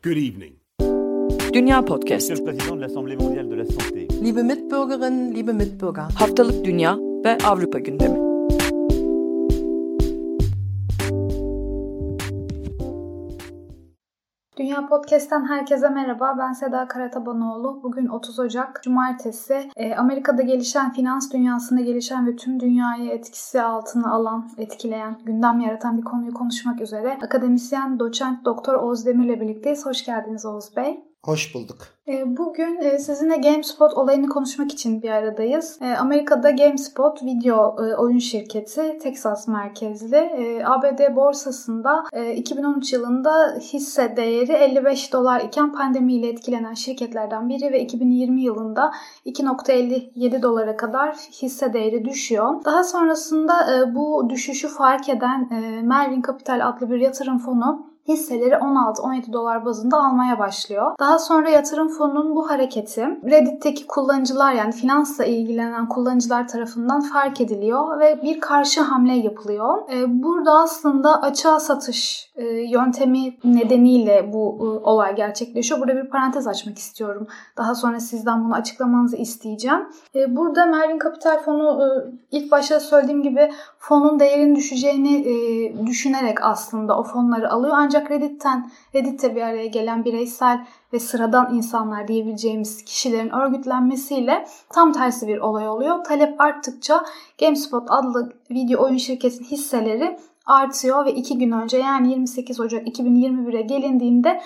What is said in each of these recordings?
Good evening. Dünya Podcast. Monsieur le Président de l'Assemblée mondiale de la santé. Liebe Mitbürgerinnen, liebe Mitbürger. Haftalık Dünya ve Avrupa gündemi. Dünya Podcast'ten herkese merhaba. Ben Seda Karatabanoğlu. Bugün 30 Ocak Cumartesi. Amerika'da gelişen, finans dünyasında gelişen ve tüm dünyayı etkisi altına alan, etkileyen, gündem yaratan bir konuyu konuşmak üzere akademisyen, doçent, doktor Oğuz Demir'le birlikteyiz. Hoş geldiniz Oğuz Bey. Hoş bulduk. Bugün sizinle GameSpot olayını konuşmak için bir aradayız. Amerika'da GameSpot video oyun şirketi, Texas merkezli. ABD borsasında 2013 yılında hisse değeri $55 iken pandemiyle etkilenen şirketlerden biri ve 2020 yılında $2.57 kadar hisse değeri düşüyor. Daha sonrasında bu düşüşü fark eden Melvin Capital adlı bir yatırım fonu hisseleri $16-17 bazında almaya başlıyor. Daha sonra yatırım fonunun bu hareketi Reddit'teki kullanıcılar, yani finansla ilgilenen kullanıcılar tarafından fark ediliyor ve bir karşı hamle yapılıyor. Burada aslında açığa satış yöntemi nedeniyle bu olay gerçekleşiyor. Burada bir parantez açmak istiyorum. Daha sonra sizden bunu açıklamanızı isteyeceğim. Burada Melvin Capital fonu ilk başta söylediğim gibi fonun değerinin düşeceğini düşünerek aslında o fonları alıyor. Ancak Reddit'te bir araya gelen bireysel ve sıradan insanlar diyebileceğimiz kişilerin örgütlenmesiyle tam tersi bir olay oluyor. Talep arttıkça GameSpot adlı video oyun şirketinin hisseleri artıyor ve 2 gün önce, yani 28 Ocak 2021'e gelindiğinde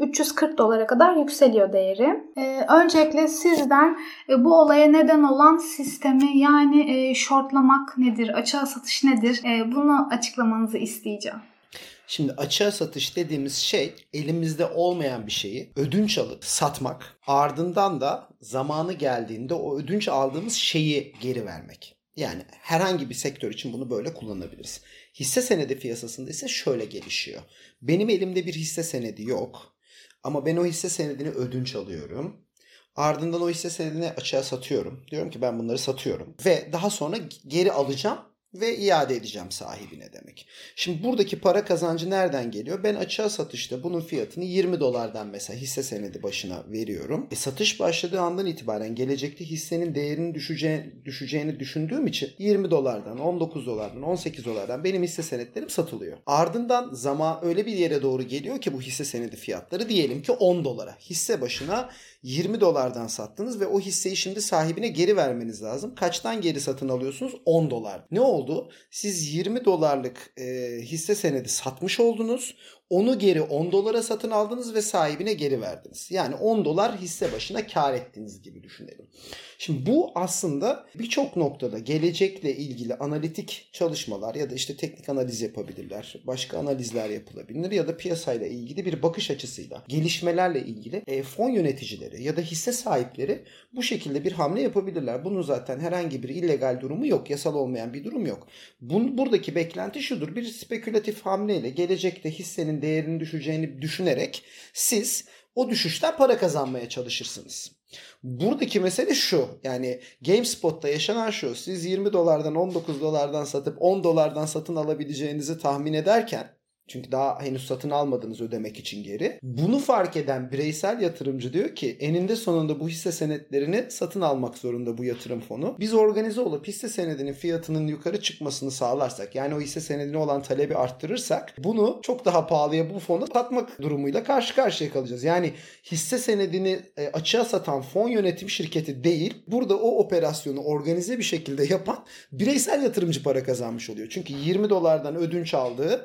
$340 kadar yükseliyor değeri. Öncelikle sizden bu olaya neden olan sistemi, yani shortlamak nedir, açığa satış nedir, bunu açıklamanızı isteyeceğim. Şimdi açığa satış dediğimiz şey, elimizde olmayan bir şeyi ödünç alıp satmak, ardından da zamanı geldiğinde o ödünç aldığımız şeyi geri vermek. Yani herhangi bir sektör için bunu böyle kullanabiliriz. Hisse senedi piyasasında ise şöyle gelişiyor. Benim elimde bir hisse senedi yok ama ben o hisse senedini ödünç alıyorum. Ardından o hisse senedini açığa satıyorum. Diyorum ki ben bunları satıyorum ve daha sonra geri alacağım ve iade edeceğim sahibine demek. Şimdi buradaki para kazancı nereden geliyor? Ben açığa satışta bunun fiyatını $20'dan mesela hisse senedi başına veriyorum. Satış başladığı andan itibaren gelecekte hissenin değerinin düşeceğini düşündüğüm için $20'dan, $19'dan, $18'dan benim hisse senetlerim satılıyor. Ardından zaman öyle bir yere doğru geliyor ki bu hisse senedi fiyatları diyelim ki $10. Hisse başına $20'dan sattınız ve o hisseyi şimdi sahibine geri vermeniz lazım. Kaçtan geri satın alıyorsunuz? $10. Ne oldu? Siz $20'lık hisse senedi satmış oldunuz. Onu geri $10 satın aldınız ve sahibine geri verdiniz. Yani $10 hisse başına kar ettiğiniz gibi düşünelim. Şimdi bu aslında birçok noktada gelecekle ilgili analitik çalışmalar ya da işte teknik analiz yapabilirler. Başka analizler yapılabilir ya da piyasayla ilgili bir bakış açısıyla, gelişmelerle ilgili fon yöneticileri ya da hisse sahipleri bu şekilde bir hamle yapabilirler. Bunun zaten herhangi bir illegal durumu yok, yasal olmayan bir durum yok. Buradaki beklenti şudur: bir spekülatif hamleyle gelecekte hissenin değerinin düşeceğini düşünerek siz o düşüşten para kazanmaya çalışırsınız. Buradaki mesele şu: yani GameSpot'ta yaşanan şu: siz $20'dan $19'dan satıp $10'dan satın alabileceğinizi tahmin ederken, çünkü daha henüz satın almadınız ödemek için geri, bunu fark eden bireysel yatırımcı diyor ki eninde sonunda bu hisse senetlerini satın almak zorunda bu yatırım fonu. Biz organize olup hisse senedinin fiyatının yukarı çıkmasını sağlarsak, yani o hisse senedine olan talebi arttırırsak, bunu çok daha pahalıya bu fonu satmak durumuyla karşı karşıya kalacağız. Yani hisse senedini açığa satan fon yönetim şirketi değil, burada o operasyonu organize bir şekilde yapan bireysel yatırımcı para kazanmış oluyor. Çünkü $20'dan ödünç aldığı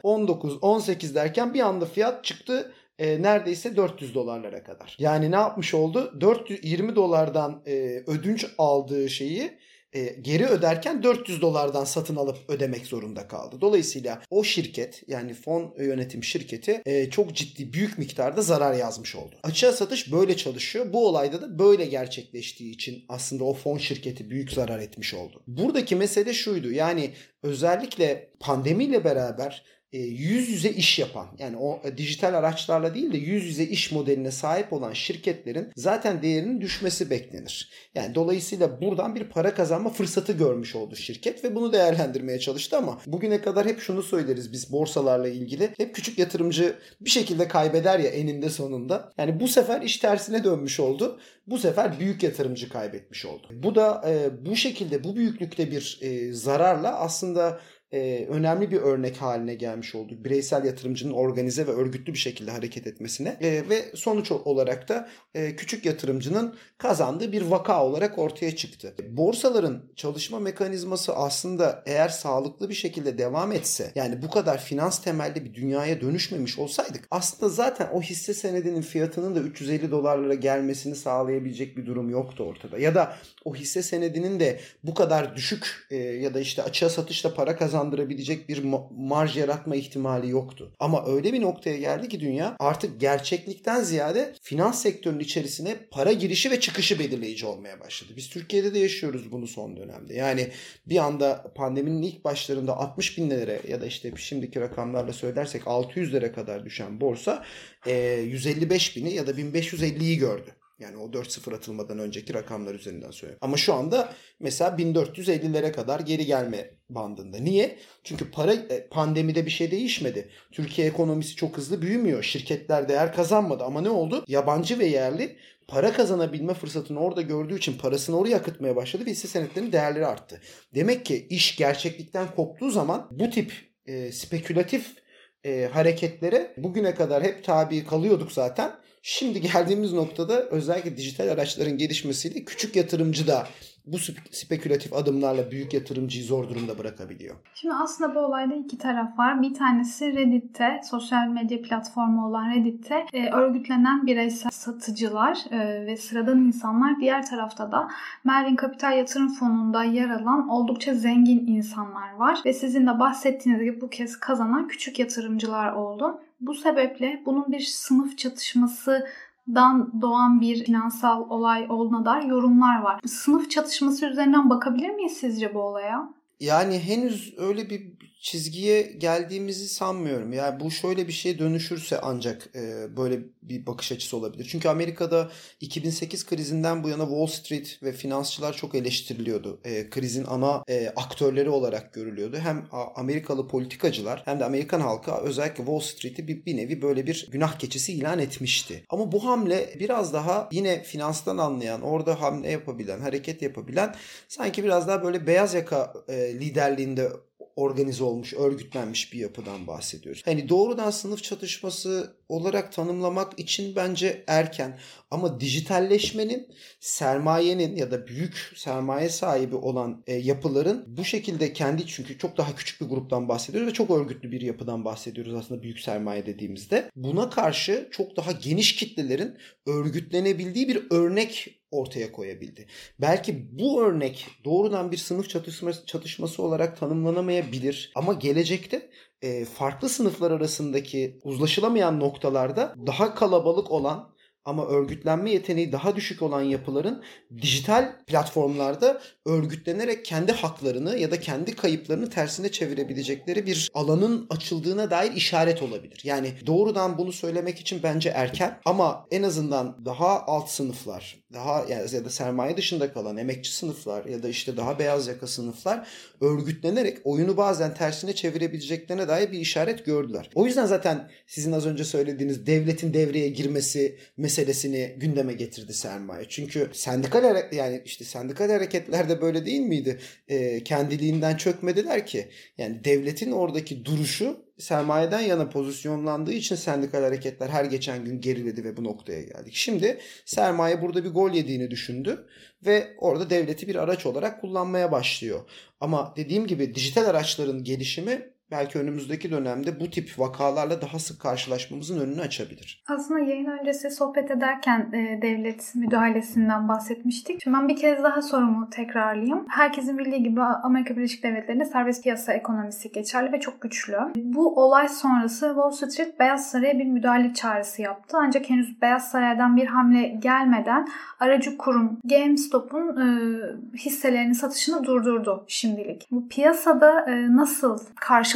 18 derken bir anda fiyat çıktı neredeyse $400'lara kadar. Yani ne yapmış oldu? $20'dan ödünç aldığı şeyi geri öderken $400'dan satın alıp ödemek zorunda kaldı. Dolayısıyla o şirket, yani fon yönetim şirketi çok ciddi, büyük miktarda zarar yazmış oldu. Açığa satış böyle çalışıyor. Bu olayda da böyle gerçekleştiği için aslında o fon şirketi büyük zarar etmiş oldu. Buradaki mesele şuydu: yani özellikle pandemiyle beraber yüz yüze iş yapan, yani o dijital araçlarla değil de yüz yüze iş modeline sahip olan şirketlerin zaten değerinin düşmesi beklenir. Yani dolayısıyla buradan bir para kazanma fırsatı görmüş oldu şirket ve bunu değerlendirmeye çalıştı ama bugüne kadar hep şunu söyleriz biz borsalarla ilgili. Hep küçük yatırımcı bir şekilde kaybeder ya eninde sonunda. Yani bu sefer iş tersine dönmüş oldu. Bu sefer büyük yatırımcı kaybetmiş oldu. Bu da bu şekilde, bu büyüklükte bir zararla aslında önemli bir örnek haline gelmiş oldu. Bireysel yatırımcının organize ve örgütlü bir şekilde hareket etmesine ve sonuç olarak da küçük yatırımcının kazandığı bir vaka olarak ortaya çıktı. Borsaların çalışma mekanizması aslında eğer sağlıklı bir şekilde devam etse, yani bu kadar finans temelli bir dünyaya dönüşmemiş olsaydık aslında zaten o hisse senedinin fiyatının da $350 gelmesini sağlayabilecek bir durum yoktu ortada. Ya da o hisse senedinin de bu kadar düşük ya da işte açığa satışla para kazandırabilecek bir marj yaratma ihtimali yoktu. Ama öyle bir noktaya geldi ki dünya artık gerçeklikten ziyade finans sektörünün içerisine para girişi ve çıkışı belirleyici olmaya başladı. Biz Türkiye'de de yaşıyoruz bunu son dönemde. Yani bir anda pandeminin ilk başlarında 60 bin lira ya da işte şimdiki rakamlarla söylersek 600 lira kadar düşen borsa 155 bini ya da 1550'yi gördü. Yani o 4-0 atılmadan önceki rakamlar üzerinden söylüyorum. Ama şu anda mesela 1450'lere kadar geri gelme bandında. Niye? Çünkü pandemide bir şey değişmedi. Türkiye ekonomisi çok hızlı büyümüyor. Şirketler değer kazanmadı. Ama ne oldu? Yabancı ve yerli para kazanabilme fırsatını orada gördüğü için parasını oraya akıtmaya başladı ve hisse senetlerinin değerleri arttı. Demek ki iş gerçeklikten koptuğu zaman bu tip spekülatif hareketlere bugüne kadar hep tabi kalıyorduk zaten. Şimdi geldiğimiz noktada özellikle dijital araçların gelişmesiyle küçük yatırımcı da bu spekülatif adımlarla büyük yatırımcıyı zor durumda bırakabiliyor. Şimdi aslında bu olayda iki taraf var. Bir tanesi Reddit'te, sosyal medya platformu olan Reddit'te örgütlenen bireysel satıcılar ve sıradan insanlar. Diğer tarafta da Merlin Kapital Yatırım Fonu'nda yer alan oldukça zengin insanlar var. Ve sizin de bahsettiğiniz gibi bu kez kazanan küçük yatırımcılar oldu. Bu sebeple bunun bir sınıf çatışmasından doğan bir finansal olay olduğuna dair yorumlar var. Sınıf çatışması üzerinden bakabilir miyiz sizce bu olaya? Yani henüz öyle bir çizgiye geldiğimizi sanmıyorum. Yani bu şöyle bir şeye dönüşürse ancak böyle bir bakış açısı olabilir. Çünkü Amerika'da 2008 krizinden bu yana Wall Street ve finansçılar çok eleştiriliyordu. Krizin ana aktörleri olarak görülüyordu. Hem Amerikalı politikacılar hem de Amerikan halkı özellikle Wall Street'i bir nevi böyle bir günah keçisi ilan etmişti. Ama bu hamle biraz daha yine finanstan anlayan, orada hamle yapabilen, hareket yapabilen sanki biraz daha böyle beyaz yaka liderliğinde organize olmuş, örgütlenmiş bir yapıdan bahsediyoruz. Hani doğrudan sınıf çatışması olarak tanımlamak için bence erken. Ama dijitalleşmenin, sermayenin ya da büyük sermaye sahibi olan yapıların bu şekilde çünkü çok daha küçük bir gruptan bahsediyoruz ve çok örgütlü bir yapıdan bahsediyoruz aslında büyük sermaye dediğimizde. Buna karşı çok daha geniş kitlelerin örgütlenebildiği bir örnek ortaya koyabildi. Belki bu örnek doğrudan bir sınıf çatışması olarak tanımlanamayabilir ama gelecekte farklı sınıflar arasındaki uzlaşılamayan noktalarda daha kalabalık olan ama örgütlenme yeteneği daha düşük olan yapıların dijital platformlarda örgütlenerek kendi haklarını ya da kendi kayıplarını tersine çevirebilecekleri bir alanın açıldığına dair işaret olabilir. Yani doğrudan bunu söylemek için bence erken ama en azından daha alt sınıflar, daha ya da sermaye dışında kalan emekçi sınıflar ya da işte daha beyaz yaka sınıflar örgütlenerek oyunu bazen tersine çevirebileceklerine dair bir işaret gördüler. O yüzden zaten sizin az önce söylediğiniz devletin devreye girmesi meselesini gündeme getirdi sermaye. Çünkü sendikal hareketlerde böyle değil miydi? Kendiliğinden çökmediler ki. Yani devletin oradaki duruşu sermayeden yana pozisyonlandığı için sendikal hareketler her geçen gün geriledi ve bu noktaya geldik. Şimdi sermaye burada bir gol yediğini düşündü ve orada devleti bir araç olarak kullanmaya başlıyor. Ama dediğim gibi dijital araçların gelişimi belki önümüzdeki dönemde bu tip vakalarla daha sık karşılaşmamızın önünü açabilir. Aslında yayın öncesi sohbet ederken devlet müdahalesinden bahsetmiştik. Şimdi ben bir kez daha sorumu tekrarlayayım. Herkesin bildiği gibi Amerika Birleşik Devletleri'nde serbest piyasa ekonomisi geçerli ve çok güçlü. Bu olay sonrası Wall Street Beyaz Saray'a bir müdahale çağrısı yaptı. Ancak henüz Beyaz Saray'dan bir hamle gelmeden aracı kurum GameStop'un hisselerinin satışını durdurdu şimdilik. Bu piyasada nasıl karşılık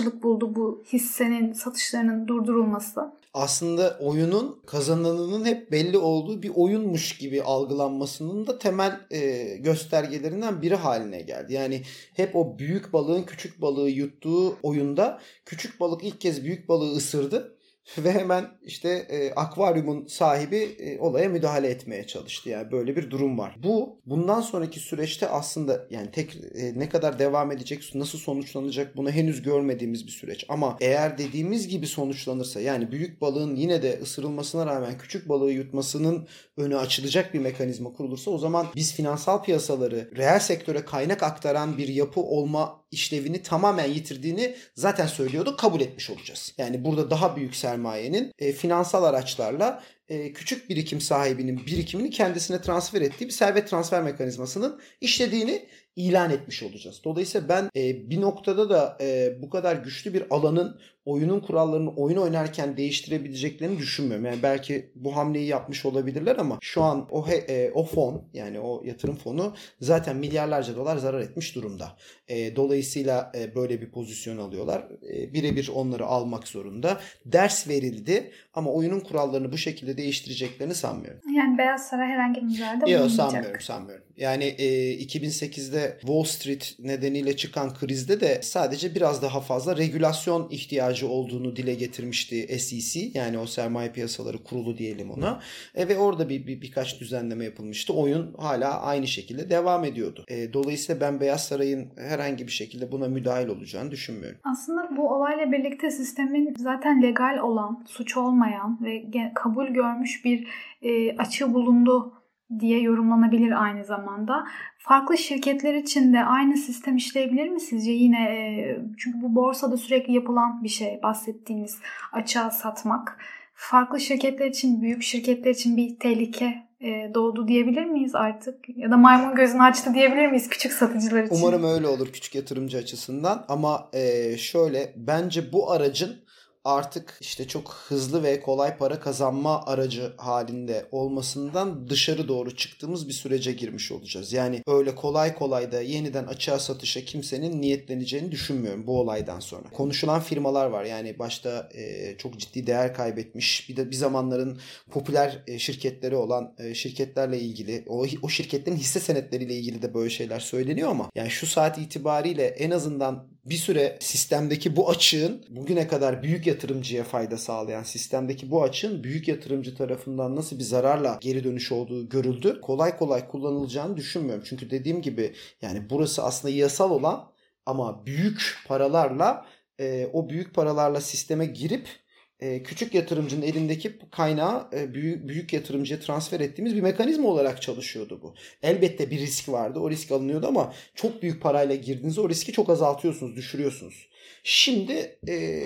karşılık buldu bu hissenin satışlarının durdurulması? Aslında oyunun kazananının hep belli olduğu bir oyunmuş gibi algılanmasının da temel göstergelerinden biri haline geldi. Yani hep o büyük balığın küçük balığı yuttuğu oyunda küçük balık ilk kez büyük balığı ısırdı. Ve hemen işte akvaryumun sahibi olaya müdahale etmeye çalıştı. Yani böyle bir durum var. Bundan sonraki süreçte aslında yani ne kadar devam edecek, nasıl sonuçlanacak bunu henüz görmediğimiz bir süreç. Ama eğer dediğimiz gibi sonuçlanırsa, yani büyük balığın yine de ısırılmasına rağmen küçük balığı yutmasının önü açılacak bir mekanizma kurulursa, o zaman biz finansal piyasaları reel sektöre kaynak aktaran bir yapı olma işlevini tamamen yitirdiğini zaten söylüyorduk, kabul etmiş olacağız. Yani burada daha büyük sermayenin finansal araçlarla küçük birikim sahibinin birikimini kendisine transfer ettiği bir servet transfer mekanizmasının işlediğini ilan etmiş olacağız. Dolayısıyla ben bir noktada da bu kadar güçlü bir alanın oyunun kurallarını oyun oynarken değiştirebileceklerini düşünmüyorum. Yani belki bu hamleyi yapmış olabilirler ama şu an o fon, yani o yatırım fonu zaten milyarlarca dolar zarar etmiş durumda. Dolayısıyla böyle bir pozisyon alıyorlar. Birebir onları almak zorunda. Ders verildi ama oyunun kurallarını bu şekilde değiştireceklerini sanmıyorum. Yani Beyaz Saray herhangi bir müdahale bulunmayacak. Yok, sanmıyorum. Yani 2008'de Wall Street nedeniyle çıkan krizde de sadece biraz daha fazla regülasyon ihtiyacı olduğunu dile getirmişti SEC. Yani o sermaye piyasaları kurulu diyelim ona. Ve orada birkaç düzenleme yapılmıştı. Oyun hala aynı şekilde devam ediyordu. Dolayısıyla ben Beyaz Saray'ın herhangi bir şekilde buna müdahil olacağını düşünmüyorum. Aslında bu olayla birlikte sistemin zaten legal olan, suç olmayan ve kabul görmüş bir açığı bulundu diye yorumlanabilir aynı zamanda. Farklı şirketler için de aynı sistem işleyebilir mi sizce? Yine çünkü bu borsada sürekli yapılan bir şey, bahsettiğimiz açığa satmak. Farklı şirketler için, büyük şirketler için bir tehlike doğdu diyebilir miyiz artık? Ya da maymun gözünü açtı diyebilir miyiz küçük satıcılar için? Umarım öyle olur küçük yatırımcı açısından ama şöyle, bence bu aracın artık işte çok hızlı ve kolay para kazanma aracı halinde olmasından dışarı doğru çıktığımız bir sürece girmiş olacağız. Yani öyle kolay kolay da yeniden açığa satışa kimsenin niyetleneceğini düşünmüyorum bu olaydan sonra. Konuşulan firmalar var. Yani başta çok ciddi değer kaybetmiş, bir de bir zamanların popüler şirketleri olan şirketlerle ilgili, o şirketlerin hisse senetleriyle ilgili de böyle şeyler söyleniyor ama yani şu saat itibariyle en azından bir süre sistemdeki bu açığın, bugüne kadar büyük yatırımcıya fayda sağlayan sistemdeki bu açığın büyük yatırımcı tarafından nasıl bir zararla geri dönüş olduğu görüldü. Kolay kolay kullanılacağını düşünmüyorum. Çünkü dediğim gibi yani burası aslında yasal olan ama büyük paralarla o büyük paralarla sisteme girip küçük yatırımcının elindeki kaynağı büyük yatırımcıya transfer ettiğimiz bir mekanizma olarak çalışıyordu bu. Elbette bir risk vardı. O risk alınıyordu ama çok büyük parayla girdiğinizde o riski çok azaltıyorsunuz, düşürüyorsunuz. Şimdi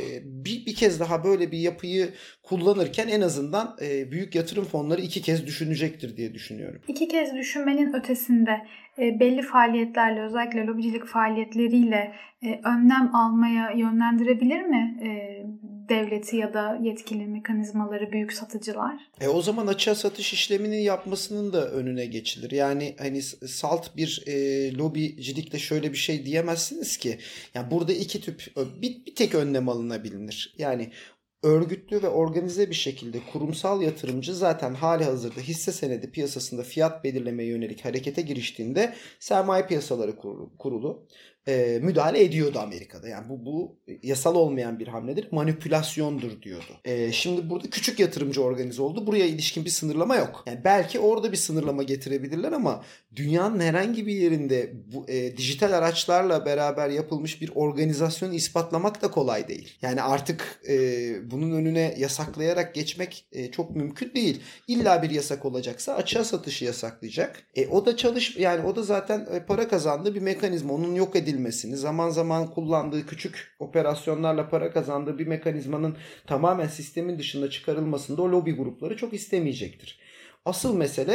bir kez daha böyle bir yapıyı kullanırken en azından büyük yatırım fonları 2 kez düşünecektir diye düşünüyorum. 2 kez düşünmenin ötesinde belli faaliyetlerle, özellikle lobicilik faaliyetleriyle önlem almaya yönlendirebilir mi devleti ya da yetkili mekanizmaları büyük satıcılar? O zaman açığa satış işlemini yapmasının da önüne geçilir. Yani hani salt bir lobicilikle şöyle bir şey diyemezsiniz ki. Yani burada iki tip bir tek önlem alınabilir. Yani örgütlü ve organize bir şekilde kurumsal yatırımcı zaten hali hazırda hisse senedi piyasasında fiyat belirlemeye yönelik harekete giriştiğinde sermaye piyasaları kurulu müdahale ediyordu Amerika'da. Yani bu yasal olmayan bir hamledir, manipülasyondur diyordu. Şimdi burada küçük yatırımcı organize oldu. Buraya ilişkin bir sınırlama yok. Yani belki orada bir sınırlama getirebilirler ama dünyanın herhangi bir yerinde bu dijital araçlarla beraber yapılmış bir organizasyonu ispatlamak da kolay değil. Yani artık bunun önüne yasaklayarak geçmek çok mümkün değil. İlla bir yasak olacaksa açığa satışı yasaklayacak. O da yani o da zaten para kazandığı bir mekanizma. Onun yok edilmesini, zaman zaman kullandığı küçük operasyonlarla para kazandığı bir mekanizmanın tamamen sistemin dışında çıkarılmasında o lobi grupları çok istemeyecektir. Asıl mesele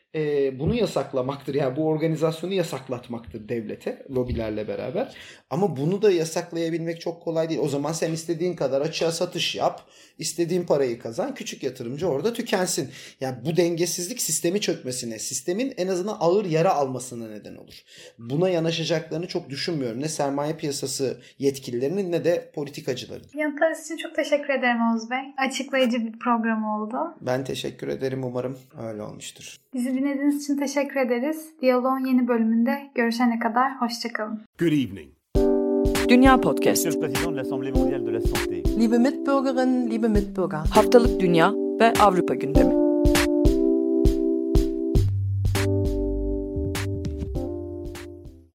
bunu yasaklamaktır. Yani bu organizasyonu yasaklatmaktır devlete, lobilerle beraber. Ama bunu da yasaklayabilmek çok kolay değil. O zaman sen istediğin kadar açığa satış yap, istediğin parayı kazan, küçük yatırımcı orada tükensin. Yani bu dengesizlik sistemi çökmesine, sistemin en azından ağır yara almasına neden olur. Buna yanaşacaklarını çok düşünmüyorum. Ne sermaye piyasası yetkililerinin ne de politikacıların. Yanıtlarınız için çok teşekkür ederim Oğuz Bey. Açıklayıcı bir program oldu. Ben teşekkür ederim. Umarım öyle olmuştur. Bizi dinlediğiniz için teşekkür ederiz. Diyaloğun yeni bölümünde görüşene kadar hoşçakalın. Good evening. Dünya Podcast. Monsieur le Président de l'Assemblée mondiale de la santé. Liebe Mitbürgerinnen, liebe Mitbürger. Haftalık Dünya ve Avrupa gündemi.